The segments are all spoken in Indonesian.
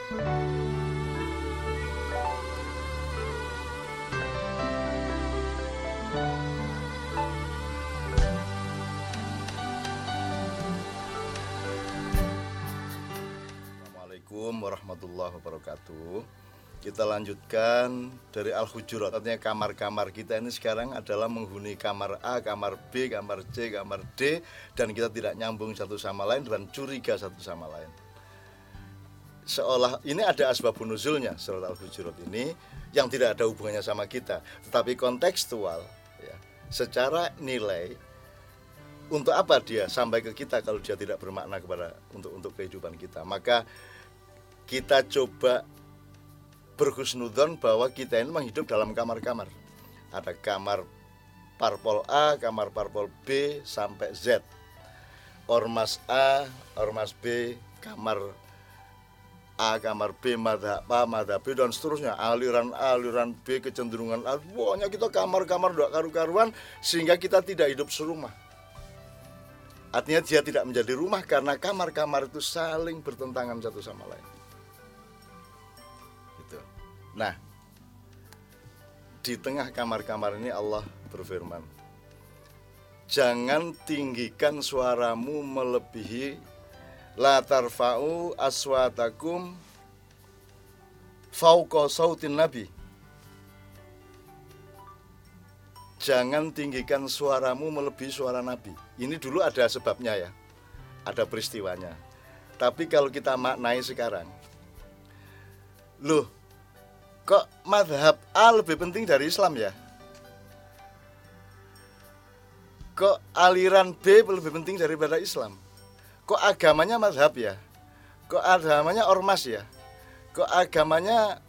Assalamualaikum warahmatullahi wabarakatuh. Kita lanjutkan dari Al-Hujurat. Artinya kamar-kamar kita ini sekarang adalah menghuni kamar A, kamar B, kamar C, kamar D, dan kita tidak nyambung satu sama lain dan curiga satu sama lain. Seolah ini ada asbabun nuzulnya surat Al-Hujurat ini yang tidak ada hubungannya sama kita, tetapi kontekstual ya. Secara nilai untuk apa dia sampai ke kita kalau dia tidak bermakna kepada untuk kehidupan kita. Maka kita coba berhusnudzon bahwa kita ini memang hidup dalam kamar-kamar. Ada kamar parpol A, kamar parpol B sampai Z. Ormas A, ormas B, kamar A, kamar B, madhab A, madhab B, dan seterusnya. Aliran A, aliran B, kecenderungan A. Pokoknya kita kamar-kamar doa karu-karuan sehingga kita tidak hidup serumah. Artinya dia tidak menjadi rumah karena kamar-kamar itu saling bertentangan satu sama lain. Gitu. Nah, di tengah kamar-kamar ini Allah berfirman, jangan tinggikan suaramu melebihi la tarfa'u aswatakum fauqa sautin nabi. Jangan tinggikan suaramu melebihi suara Nabi. Ini dulu ada sebabnya ya, ada peristiwanya. Tapi kalau kita maknai sekarang, loh, kok madhab A lebih penting dari Islam ya? Kok aliran B lebih penting daripada Islam? Kok agamanya madhab ya? Kok agamanya ormas ya? Kok agamanya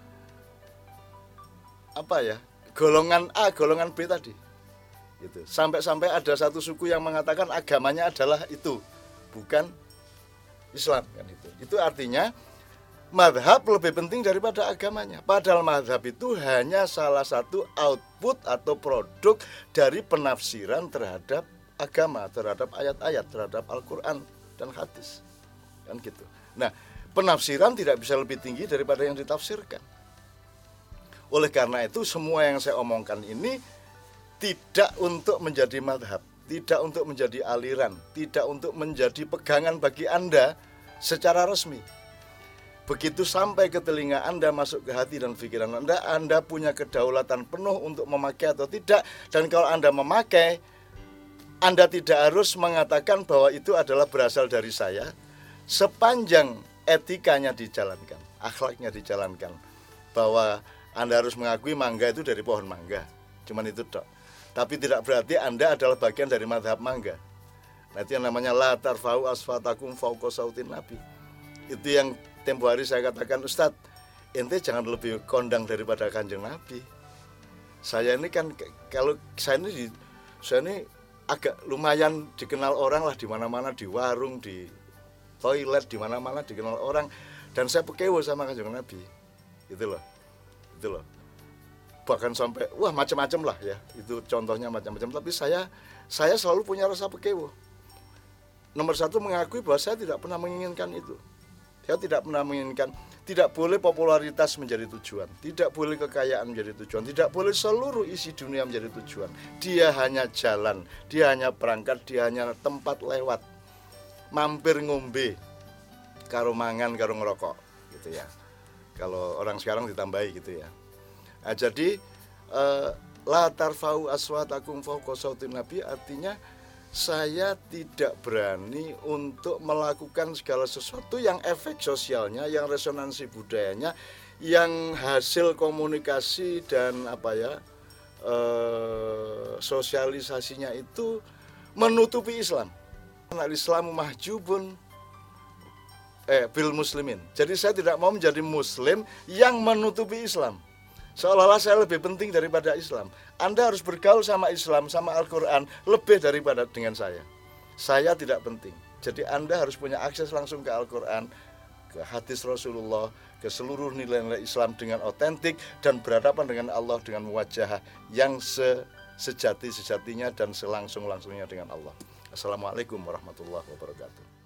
apa ya? Golongan A, golongan B tadi. Gitu. Sampai-sampai ada satu suku yang mengatakan agamanya adalah itu, bukan Islam kan itu. Itu artinya madhab lebih penting daripada agamanya. Padahal madhab itu hanya salah satu output atau produk dari penafsiran terhadap agama, terhadap ayat-ayat, terhadap Al-Quran dan hadis. Kan gitu. Nah, penafsiran tidak bisa lebih tinggi daripada yang ditafsirkan. Oleh karena itu semua yang saya omongkan ini tidak untuk menjadi madhab, tidak untuk menjadi aliran, tidak untuk menjadi pegangan bagi Anda secara resmi. Begitu sampai ke telinga Anda, masuk ke hati dan pikiran Anda punya kedaulatan penuh untuk memakai atau tidak. Dan kalau Anda memakai, Anda tidak harus mengatakan bahwa itu adalah berasal dari saya, sepanjang etikanya dijalankan, akhlaknya dijalankan, bahwa Anda harus mengakui mangga itu dari pohon mangga, cuman itu tok. Tapi tidak berarti Anda adalah bagian dari madhab mangga. Nah, itu yang namanya la tarfa'u aswatakum fauqa sautin nabi. Itu yang tempo hari saya katakan, Ustadz, ente jangan lebih kondang daripada Kanjeng Nabi. Saya ini kan, kalau saya ini agak lumayan dikenal orang lah, di mana-mana, di warung, di toilet, di mana-mana dikenal orang, dan saya pekewo sama Kanjeng Nabi. Gitu loh. Bahkan sampai wah macam-macam lah ya, itu contohnya macam-macam. Tapi saya selalu punya rasa pekewo. Nomor satu, mengakui bahwa saya tidak pernah menginginkan itu. Saya tidak pernah menginginkan, tidak boleh popularitas menjadi tujuan, tidak boleh kekayaan menjadi tujuan, tidak boleh seluruh isi dunia menjadi tujuan. Dia hanya jalan, dia hanya perangkat, dia hanya tempat lewat, mampir ngombe, karo mangan, karo ngerokok, gitu ya. Kalau orang sekarang ditambahi gitu ya. Nah, jadi la tarfa'u aswatakum fauqa sautin nabi artinya saya tidak berani untuk melakukan segala sesuatu yang efek sosialnya, yang resonansi budayanya, yang hasil komunikasi dan sosialisasinya itu menutupi Islam. Al-Islamu mahjubun bil muslimin. Jadi saya tidak mau menjadi muslim yang menutupi Islam. Seolah-olah saya lebih penting daripada Islam. Anda harus bergaul sama Islam, sama Al-Quran lebih daripada dengan saya. Saya tidak penting. Jadi Anda harus punya akses langsung ke Al-Quran, ke hadis Rasulullah, ke seluruh nilai-nilai Islam dengan otentik dan berhadapan dengan Allah dengan wajah yang sejati-sejatinya dan selangsung-langsungnya dengan Allah. Assalamualaikum warahmatullahi wabarakatuh.